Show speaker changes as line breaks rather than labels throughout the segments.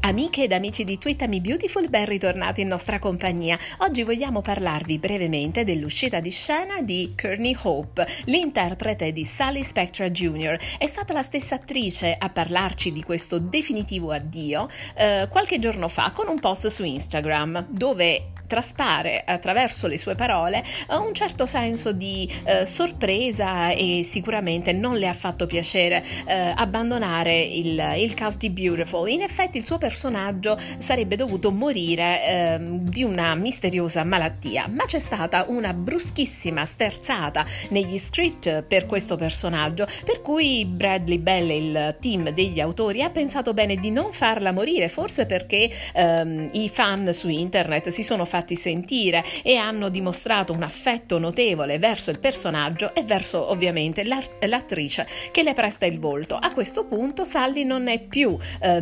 Amiche ed amici di Twittami Beautiful, ben ritornati in nostra compagnia. Oggi vogliamo parlarvi brevemente dell'uscita di scena di Courtney Hope, l'interprete di Sally Spectra Jr. È stata la stessa attrice a parlarci di questo definitivo addio qualche giorno fa con un post su Instagram, dove traspare attraverso le sue parole un certo senso di sorpresa e sicuramente non le ha fatto piacere abbandonare il cast di Beautiful. In effetti il suo personaggio sarebbe dovuto morire di una misteriosa malattia, ma c'è stata una bruschissima sterzata negli script per questo personaggio, per cui Bradley Bell e il team degli autori ha pensato bene di non farla morire, forse perché i fan su internet si sono fatti sentire e hanno dimostrato un affetto notevole verso il personaggio e verso ovviamente l'attrice che le presta il volto. A questo punto Sally non è più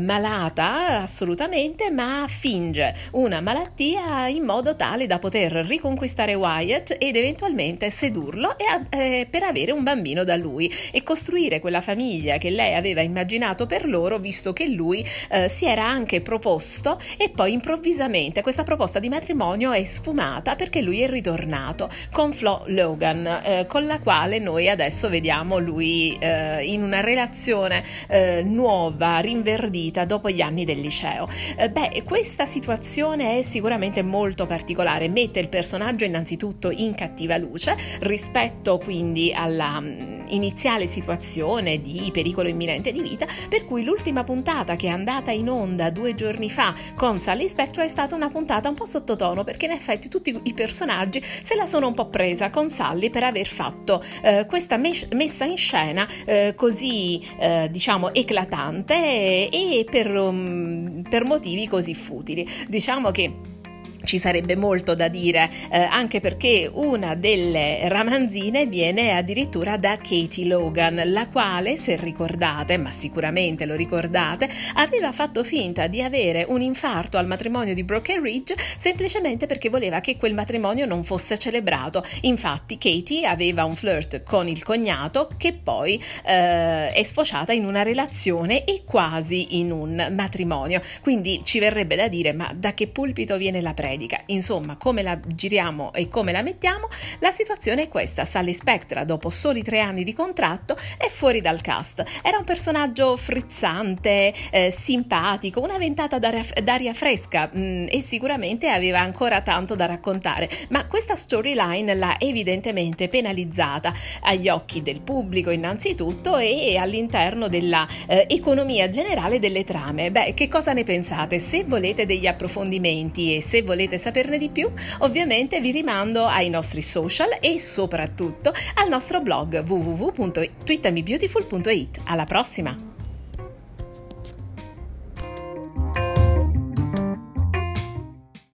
malata assolutamente, ma finge una malattia in modo tale da poter riconquistare Wyatt ed eventualmente sedurlo per avere un bambino da lui e costruire quella famiglia che lei aveva immaginato per loro, visto che lui si era anche proposto e poi improvvisamente questa proposta di matrimonio è sfumata perché lui è ritornato con Flo Logan, con la quale noi adesso vediamo lui in una relazione nuova, rinverdita dopo gli anni del liceo. Questa situazione è sicuramente molto particolare, mette il personaggio innanzitutto in cattiva luce rispetto quindi alla iniziale situazione di pericolo imminente di vita, per cui l'ultima puntata che è andata in onda 2 giorni fa con Sally Spectra è stata una puntata un po' sottotono, perché in effetti tutti i personaggi se la sono un po' presa con Sally per aver fatto questa messa in scena così diciamo eclatante e per motivi così futili. Diciamo che ci sarebbe molto da dire, anche perché una delle ramanzine viene addirittura da Katie Logan, la quale, se ricordate, ma sicuramente lo ricordate, aveva fatto finta di avere un infarto al matrimonio di Brooke e Ridge semplicemente perché voleva che quel matrimonio non fosse celebrato. Infatti Katie aveva un flirt con il cognato che poi è sfociata in una relazione e quasi in un matrimonio. Quindi ci verrebbe da dire: ma da che pulpito viene la predica? Insomma, come la giriamo e come la mettiamo, la situazione è questa: Sally Spectra, dopo soli 3 anni di contratto, è fuori dal cast. Era un personaggio frizzante, simpatico, una ventata d'aria fresca e sicuramente aveva ancora tanto da raccontare, ma questa storyline l'ha evidentemente penalizzata agli occhi del pubblico innanzitutto e all'interno della economia generale delle trame. Che cosa ne pensate? Se volete degli approfondimenti e se volete saperne di più, ovviamente vi rimando ai nostri social e soprattutto al nostro blog www.twittamibeautiful.it. Alla prossima!